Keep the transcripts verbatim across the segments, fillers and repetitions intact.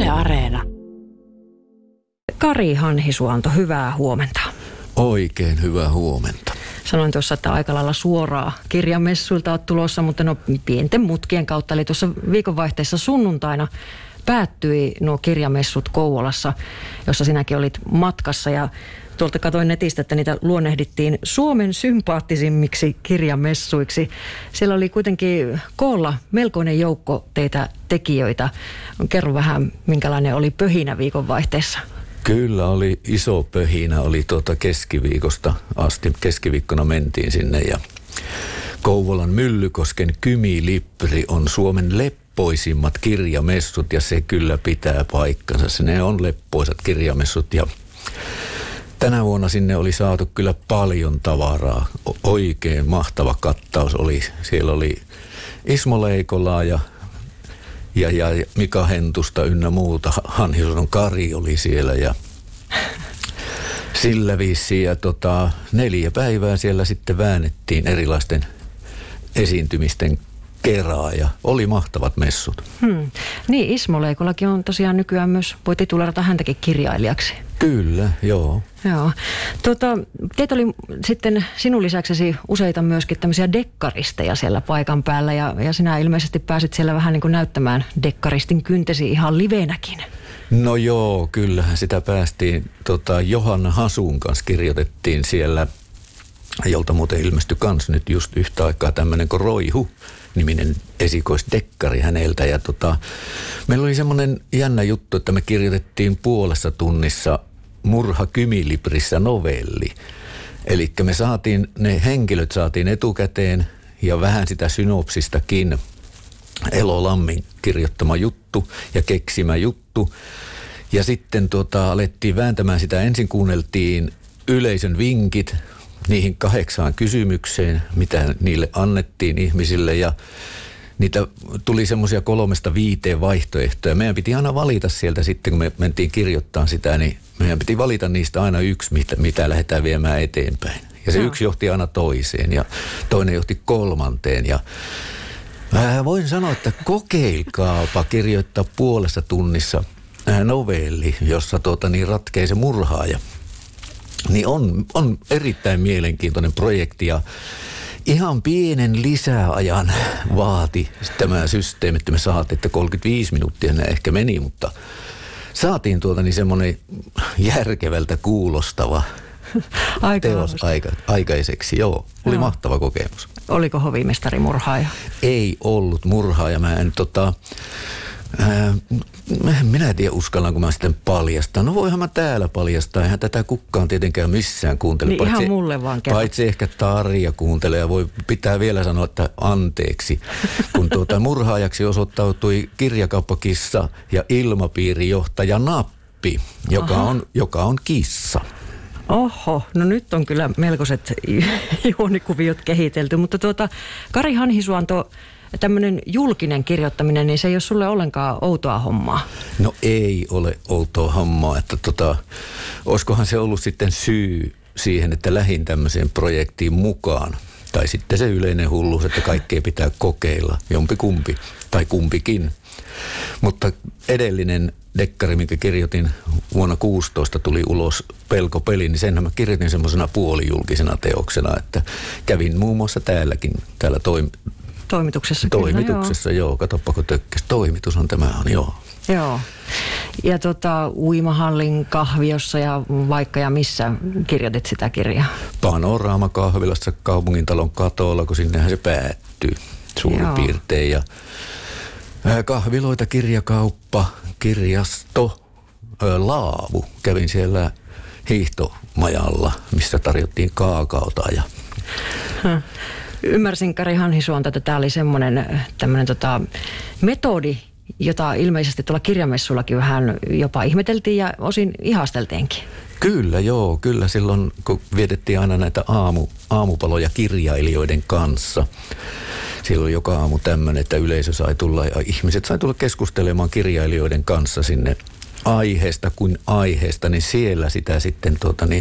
Yle Areena. Kari Hanhisuanto, hyvää huomenta. Oikein hyvää huomenta. Sanoin tuossa, että aika lailla suoraa kirjamessuilta olet tulossa, mutta no pienten mutkien kautta. Eli tuossa viikonvaihteessa sunnuntaina päättyi nuo kirjamessut Kouvolassa, jossa sinäkin olit matkassa. Ja tuolta katsoin netistä, että niitä luonnehdittiin Suomen sympaattisimmiksi kirjamessuiksi. Siellä oli kuitenkin koolla melkoinen joukko teitä tekijöitä. Kerro vähän, minkälainen oli pöhinä viikonvaihteessa. Kyllä oli iso pöhinä, oli tuota keskiviikosta asti. Keskiviikkona mentiin sinne ja Kouvolan Myllykosken Kymi-Lippri on Suomen leppoisimmat kirjamessut ja se kyllä pitää paikkansa. Ne on leppoisat kirjamessut ja tänä vuonna sinne oli saatu kyllä paljon tavaraa. Oikein mahtava kattaus oli. Siellä oli Ismo Leikolaa ja Ja, ja Mika Hentusta ynnä muuta. Hanhisuannon Kari oli siellä ja sillä viisiin. Ja tota, neljä päivää siellä sitten väännettiin erilaisten esiintymisten kerää ja oli mahtavat messut. Hmm. Niin, Ismo Leikolakin on tosiaan nykyään myös, voi titulerata häntäkin kirjailijaksi. Kyllä, joo. Joo. Tota, teitä oli sitten sinun lisäksesi useita myöskin tämmöisiä dekkaristeja siellä paikan päällä ja, ja sinä ilmeisesti pääsit siellä vähän niin kuin näyttämään dekkaristin kyntesi ihan livenäkin. No joo, kyllähän sitä päästiin. Tota, Johanna Hasun kanssa kirjoitettiin siellä, jolta muuten ilmestyi kans nyt just yhtä aikaa tämmöinen kuin Roihu niminen esikoisdekkari häneltä. Ja tota, meillä oli semmoinen jännä juttu, että me kirjoitettiin puolessa tunnissa Murha Kymi-Liprissä novelli. Eli me saatiin, ne henkilöt saatiin etukäteen ja vähän sitä synopsistakin. Elo Lammin kirjoittama juttu ja keksimä juttu. Ja sitten tota, alettiin vääntämään sitä. Ensin kuunneltiin yleisön vinkit niihin kahdeksaan kysymykseen, mitä niille annettiin ihmisille ja niitä tuli semmoisia kolmesta viiteen vaihtoehtoja. Meidän piti aina valita sieltä sitten, kun me mentiin kirjoittaa sitä, niin meidän piti valita niistä aina yksi, mitä, mitä lähdetään viemään eteenpäin. Ja se no. yksi johti aina toiseen ja toinen johti kolmanteen. Ja mä voin sanoa, että kokeilkaapa kirjoittaa puolessa tunnissa novelli, jossa tuota, niin ratkee se murhaaja. Niin on, on erittäin mielenkiintoinen projekti ja ihan pienen lisäajan vaati tämä systeemi, että me saatiin, että kolmekymmentäviisi minuuttia ne ehkä meni, mutta saatiin tuota niin semmoinen järkevältä kuulostava teos aika, aikaiseksi. Joo, oli joo. Mahtava kokemus. Oliko hovimestari murhaaja? Ei ollut murhaaja. Mä en tota... Ää, minä en tiedä uskallanko mä sitten paljastaa. No voihan mä täällä paljastaa. Eihän tätä kukaan tietenkään missään kuuntele. Niin paitsi, ihan mulle vaan kerran. Paitsi ehkä Tarja kuuntelee ja voi pitää vielä sanoa, että anteeksi. Kun tuota murhaajaksi osoittautui kirjakauppakissa ja ilmapiirijohtaja Nappi, joka on, joka on kissa. Oho, no nyt on kyllä melkoiset juonikuviot kehitelty. Mutta tuota, Kari Hanhisuanto, tämmöinen julkinen kirjoittaminen, niin se ei ole sulle ollenkaan outoa hommaa. No ei ole outoa hommaa, että tota, olisikohan se ollut sitten syy siihen, että lähdin tämmöiseen projektiin mukaan. Tai sitten se yleinen hulluus, että kaikkea pitää kokeilla, jompi kumpi tai kumpikin. Mutta edellinen dekkari, minkä kirjoitin vuonna kuusitoista tuli ulos Pelkopeli, niin senhän mä kirjoitin semmoisena puolijulkisena teoksena, että kävin muun muassa täälläkin, täällä toim- Toimituksessa Toimituksessa, kyllä, joo. joo. Katsoppa, kun tökkäs. Toimitus on tämä on, joo. Joo. Ja tota, uimahallin kahviossa ja vaikka ja missä kirjoitit sitä kirjaa? Panoraama kahvilassa kaupungintalon katolla, kun sinnehän se päättyy suurin joo. piirtein. Ja kahviloita, kirjakauppa, kirjasto, ää, laavu. Kävin siellä hiihtomajalla, missä tarjottiin kaakaota ja... Häh. Ymmärsin Kari Hanhisuanto, että tämä oli semmoinen tämmöinen tota, metodi, jota ilmeisesti tuolla kirjamessullakin vähän jopa ihmeteltiin ja osin ihasteltiinkin. Kyllä, joo. Kyllä silloin, kun vietettiin aina näitä aamu, aamupaloja kirjailijoiden kanssa. Silloin joka aamu tämmöinen, että yleisö sai tulla ja ihmiset sai tulla keskustelemaan kirjailijoiden kanssa sinne aiheesta kuin aiheesta, niin siellä sitä sitten tuota niin...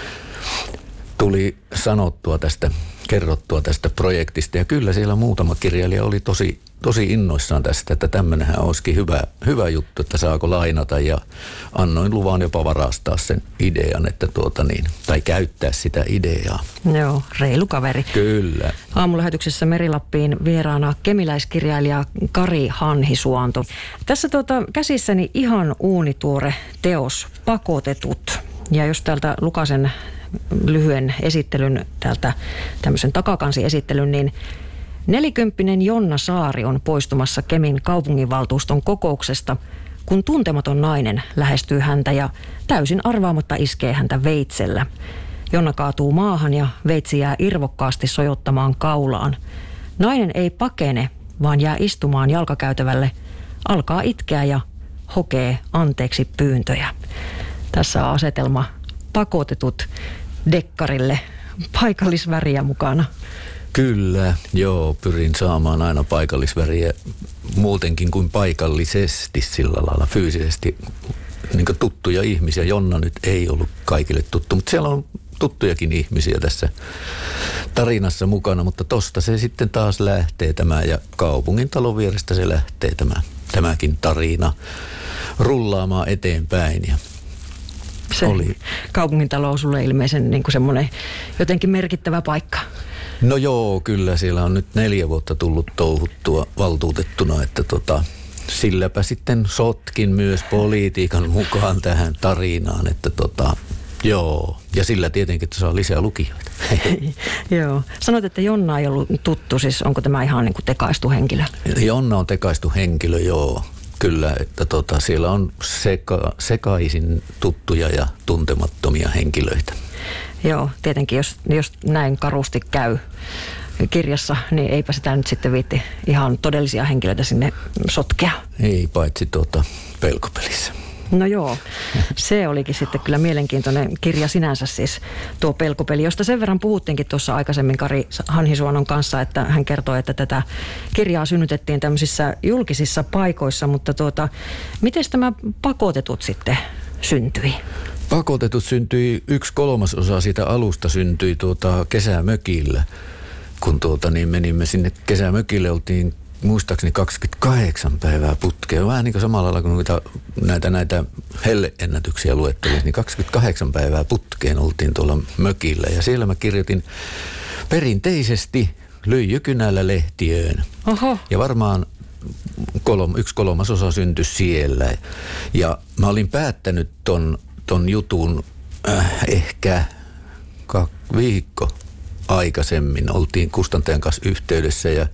tuli sanottua tästä, kerrottua tästä projektista ja kyllä siellä muutama kirjailija oli tosi tosi innoissaan tästä, että tämmönenhän olisikin hyvä, hyvä juttu, että saako lainata, ja annoin luvan jopa varastaa sen idean, että tuota niin, tai käyttää sitä ideaa. Joo, reilu kaveri. Kyllä. Aamulähetyksessä Merilappiin vieraana kemiläiskirjailija Kari Hanhisuonto. Tässä tuota, käsissäni ihan uunituore teos, Pakotetut. Ja jos täältä Lukasen lyhyen esittelyn, täältä tämmöisen takakansiesittelyn, niin nelikymppinen Jonna Saari on poistumassa Kemin kaupunginvaltuuston kokouksesta, kun tuntematon nainen lähestyy häntä ja täysin arvaamatta iskee häntä veitsellä. Jonna kaatuu maahan ja veitsi jää irvokkaasti sojottamaan kaulaan. Nainen ei pakene, vaan jää istumaan jalkakäytävälle, alkaa itkeä ja hokee anteeksi pyyntöjä. Tässä on asetelma Pakotetut dekkarille, paikallisväriä mukana. Kyllä, joo, pyrin saamaan aina paikallisväriä muutenkin kuin paikallisesti sillä lailla fyysisesti, niin kuin tuttuja ihmisiä. Jonna nyt ei ollut kaikille tuttu, mutta siellä on tuttujakin ihmisiä tässä tarinassa mukana, mutta tosta se sitten taas lähtee tämä, ja kaupungin talon vierestä se lähtee tämä, tämäkin tarina rullaamaan eteenpäin. Ja se oli kaupungintalo on sulle ilmeisen niin kuin semmoinen jotenkin merkittävä paikka. No joo, kyllä siellä on nyt neljä vuotta tullut touhuttua valtuutettuna, että tota, silläpä sitten sotkin myös politiikan mukaan tähän tarinaan, että tota, joo, ja sillä tietenkin, että saa lisää lukijoita. Joo, sanoit, että Jonna ei ollut tuttu, siis onko tämä ihan niin kuin tekaistu henkilö? Jonna on tekaistu henkilö, joo. Kyllä, että tota, siellä on seka, sekaisin tuttuja ja tuntemattomia henkilöitä. Joo, tietenkin jos, jos näin karusti käy kirjassa, niin eipä sitä nyt sitten viitti ihan todellisia henkilöitä sinne sotkea. Ei, paitsi tuota pelkopelissä. No joo, se olikin sitten kyllä mielenkiintoinen kirja sinänsä siis tuo pelkopeli, josta sen verran puhuttiinkin tuossa aikaisemmin Kari Hanhisuonon kanssa, että hän kertoi, että tätä kirjaa synnytettiin tämmöisissä julkisissa paikoissa, mutta tuota, miten tämä Pakotetut sitten syntyi? Pakotetut syntyi, yksi kolmasosa siitä alusta syntyi tuota kesämökillä. Kun tuota, niin menimme sinne kesämökille, oltiin muistaakseni kaksikymmentäkahdeksan päivää putkeen. Vähän niin kuin samalla lailla kuin noita, näitä, näitä helleennätyksiä luettelin, niin kaksikymmentäkahdeksan päivää putkeen oltiin tuolla mökillä. Ja siellä mä kirjoitin perinteisesti lyijykynällä lehtiöön. Oho. Ja varmaan kolom, yksi kolmasosa syntyi siellä. Ja mä olin päättänyt ton, ton jutun äh, ehkä kak, viikko aikaisemmin. Oltiin kustantajan kanssa yhteydessä ja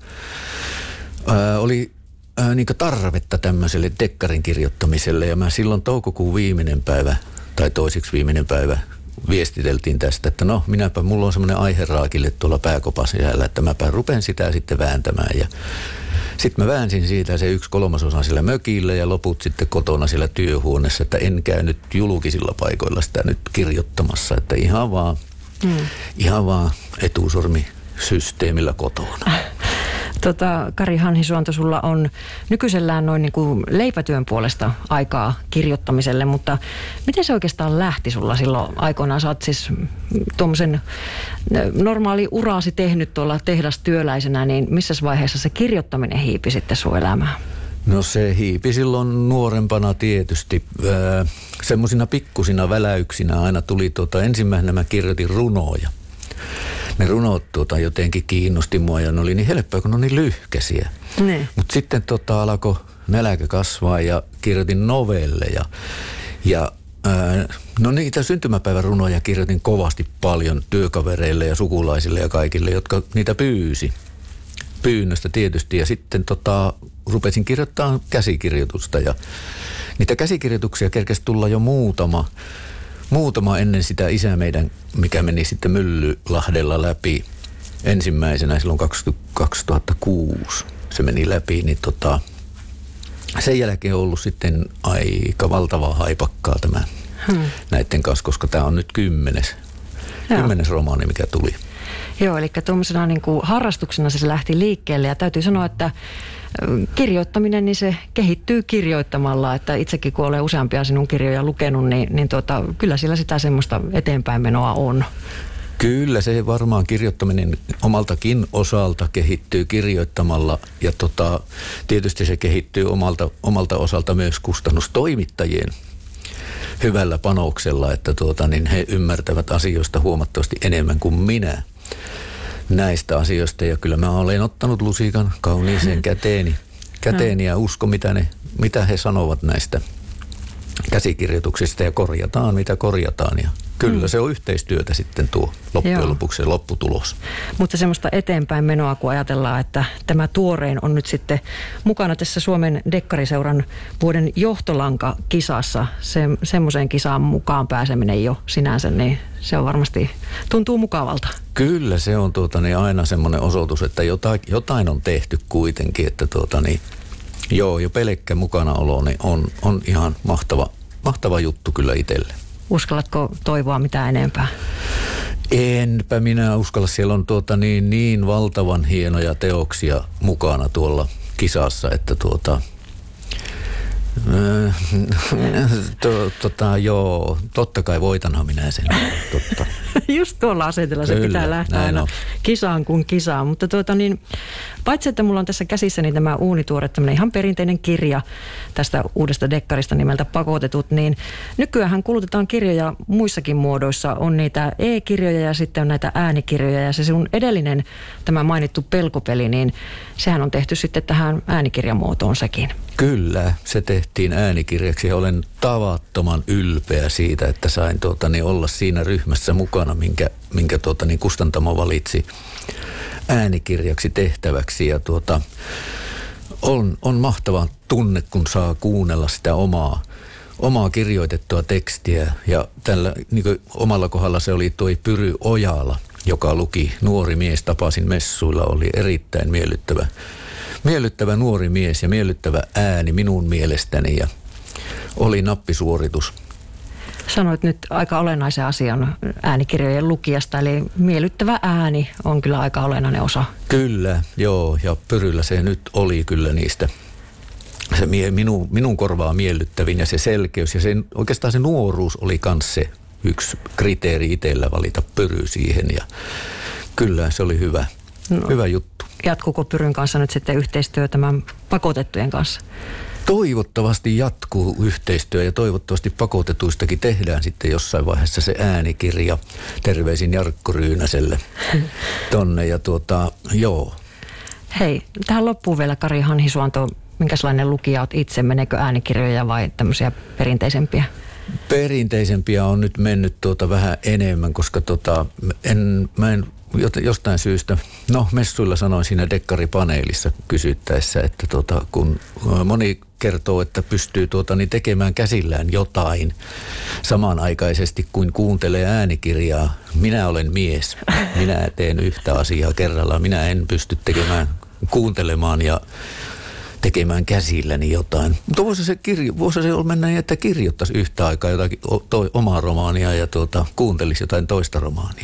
ää, oli ää, niin kuin tarvetta tämmöiselle dekkarin kirjoittamiselle. Ja mä silloin toukokuun viimeinen päivä tai toisiksi viimeinen päivä viestiteltiin tästä, että no minäpä, mulla on semmoinen aiheraakille tuolla pääkopas jäällä, että mäpä rupen sitä sitten vääntämään. Ja sitten mä väänsin siitä se yksi kolmasosa sillä mökillä ja loput sitten kotona siellä työhuoneessa, että en käy nyt julkisilla paikoilla sitä nyt kirjoittamassa, että ihan vaan Hmm. Ihan vaan etusormisysteemillä kotona. Tota, Kari Hanhisuonto, sulla on nykyisellään noin niin kuin leipätyön puolesta aikaa kirjoittamiselle, mutta miten se oikeastaan lähti sulla silloin aikoinaan? Sä oot siis tuommoisen normaali uraasi tehnyt tuolla tehdastyöläisenä, niin missä vaiheessa se kirjoittaminen hiipi sitten sun elämään? No se hiipi silloin nuorempana tietysti. Öö, semmoisina pikkusina väläyksinä aina tuli tuota, ensimmäisenä mä kirjoitin runoja. Ne runot tuota, jotenkin kiinnosti mua ja ne oli niin helppoja, kun ne oli niin lyhkäisiä. Mutta sitten tota, alkoi nälkä kasvaa ja kirjoitin novelleja. Ja öö, no niitä syntymäpäivän runoja kirjoitin kovasti paljon työkavereille ja sukulaisille ja kaikille, jotka niitä pyysi. Pyynnöstä tietysti ja sitten tota, rupesin kirjoittamaan käsikirjoitusta ja niitä käsikirjoituksia kerkesi tulla jo muutama, muutama ennen sitä Isä meidän, mikä meni sitten Myllylahdella läpi ensimmäisenä silloin kaksituhattakuusi se meni läpi, niin tota, sen jälkeen on ollut sitten aika valtavaa haipakkaa tämä hmm. näiden kanssa, koska tämä on nyt kymmenes, kymmenes romaani, mikä tuli. Joo, eli tuommoisena niin kuin harrastuksena se lähti liikkeelle ja täytyy sanoa, että kirjoittaminen, niin se kehittyy kirjoittamalla, että itsekin kun olen useampia sinun kirjoja lukenut, niin, niin tuota, kyllä sillä sitä semmoista eteenpäinmenoa on. Kyllä se varmaan kirjoittaminen omaltakin osalta kehittyy kirjoittamalla ja tota, tietysti se kehittyy omalta, omalta osalta myös kustannustoimittajien hyvällä panoksella, että tuota, niin he ymmärtävät asioista huomattavasti enemmän kuin minä näistä asioista. Ja kyllä mä olen ottanut lusikan kauniiseen käteeni, käteeni ja usko, mitä, ne, mitä he sanovat näistä käsikirjoituksista ja korjataan, mitä korjataan. Ja kyllä mm. se on yhteistyötä sitten tuo loppujen Joo. lopuksi se lopputulos. Mutta semmoista eteenpäin menoa, kun ajatellaan, että tämä tuorein on nyt sitten mukana tässä Suomen Dekkariseuran vuoden johtolanka-kisassa. Se, semmoiseen kisaan mukaan pääseminen jo sinänsä, niin se on varmasti, tuntuu mukavalta. Kyllä se on tuota, niin aina semmoinen osoitus, että jotain, jotain on tehty kuitenkin, että tuota, niin, joo, jo pelkkä mukanaolo niin on, on ihan mahtava, mahtava juttu kyllä itselle. Uskallatko toivoa mitään enempää? Enpä minä uskalla. Siellä on tuota niin, niin valtavan hienoja teoksia mukana tuolla kisassa, että tuota... to, tota, joo, totta kai voitanhan minä sen. Totta. Just tuolla asetella se Kyllä, pitää lähteä aina on. kisaan kuin kisaan. Mutta tuota niin, paitsi että mulla on tässä käsissäni tämä uunituore, tämmöinen ihan perinteinen kirja tästä uudesta dekkarista nimeltä Pakotetut, niin nykyäänhän kulutetaan kirjoja muissakin muodoissa. On niitä e-kirjoja ja sitten on näitä äänikirjoja ja se sun edellinen tämä mainittu pelkopeli, niin sehän on tehty sitten tähän äänikirjamuotoon sekin. Kyllä, se tehtiin äänikirjaksi ja olen tavattoman ylpeä siitä, että sain tuota, niin olla siinä ryhmässä mukana, minkä, minkä tuota, niin kustantamo valitsi äänikirjaksi tehtäväksi. Ja tuota, on, on mahtava tunne, kun saa kuunnella sitä omaa, omaa kirjoitettua tekstiä. Ja tällä niin kuin omalla kohdalla se oli toi Pyry Ojala, joka luki Nuori mies, tapasin messuilla, oli erittäin miellyttävä. Miellyttävä nuori mies ja miellyttävä ääni minun mielestäni ja oli nappisuoritus. Sanoit nyt aika olennaisen asian äänikirjojen lukijasta, eli miellyttävä ääni on kyllä aika olennainen osa. Kyllä, joo, ja Pyryllä se nyt oli kyllä niistä. Se mie, minun, minun korvaa miellyttävin ja se selkeys ja se, oikeastaan se nuoruus oli myös se yksi kriteeri itsellä valita Pyry siihen ja kyllä se oli hyvä, no. hyvä juttu. Jatkuuko Pyryn kanssa nyt sitten yhteistyö tämän Pakotettujen kanssa? Toivottavasti jatkuu yhteistyö ja toivottavasti Pakotetuistakin tehdään sitten jossain vaiheessa se äänikirja. Terveisin Jarkko Ryynäselle tonne ja tuota, joo. Hei, tähän loppuun vielä Kari Hanhisuonto, minkälainen lukija olet itse? Meneekö äänikirjoja vai tämmöisiä perinteisempiä? Perinteisempiä on nyt mennyt tuota vähän enemmän, koska tota, en, mä en jostain syystä, no messuilla sanoin siinä dekkaripaneelissa kysyttäessä, että tota, kun moni kertoo, että pystyy tuota, niin tekemään käsillään jotain samanaikaisesti kuin kuuntelee äänikirjaa. Minä olen mies, minä teen yhtä asiaa kerrallaan, minä en pysty tekemään, kuuntelemaan ja tekemään käsilläni jotain. Mutta voisi se, kirjo, voisi se olla mennä, että kirjoittaisi yhtä aikaa jotakin to, omaa romaania ja tuota, kuuntelisi jotain toista romaania.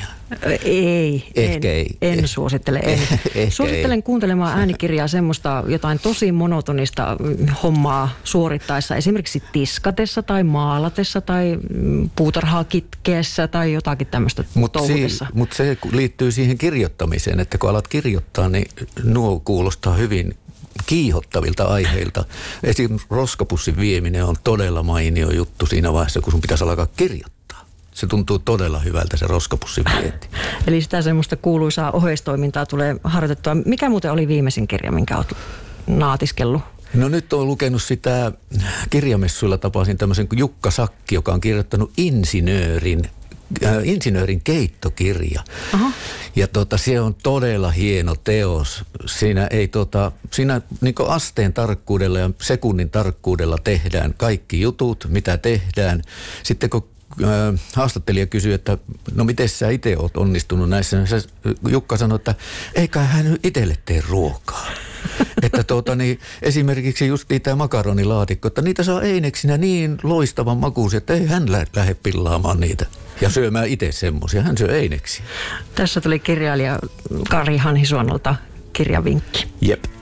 Ei, Ehkä en, ei. en eh, suosittele. En. Ehkä Suosittelen ei. kuuntelemaan äänikirjaa semmoista jotain tosi monotonista hommaa suorittaessa. Esimerkiksi tiskatessa tai maalatessa tai puutarhaa kitkeessä tai jotakin tämmöistä touhutessa. Mutta mut se liittyy siihen kirjoittamiseen, että kun alat kirjoittaa, niin nuo kuulostaa hyvin kiihottavilta aiheilta. Esimerkiksi roskapussin vieminen on todella mainio juttu siinä vaiheessa, kun sun pitäisi alkaa kirjoittaa. Se tuntuu todella hyvältä se roskapussin vienti. Eli sitä semmoista kuuluisaa oheistoimintaa tulee harjoitettua. Mikä muuten oli viimeisin kirja, minkä olet naatiskellut? No nyt olen lukenut sitä, kirjamessuilla tapasin tämmöisen Jukka Sakki, joka on kirjoittanut Insinöörin Äh, insinöörin keittokirja. Aha. Ja tota, se on todella hieno teos. Siinä ei tota, siinä niinku asteen tarkkuudella ja sekunnin tarkkuudella tehdään kaikki jutut, mitä tehdään. Sitten kun äh, haastattelija kysyy, että no miten sä itse oot onnistunut näissä, se, Jukka sanoi, että eikä hän itselle tee ruokaa. Että tuota, niin, esimerkiksi just tämä makaronilaatikko, että niitä saa eineksinä niin loistavan makuisia, että ei hän lä- lähde pillaamaan niitä ja syömään itse semmoisia. Hän syö eineksiä. Tässä tuli kirjailija Kari Hanhisuonolta kirjavinkki. Jep.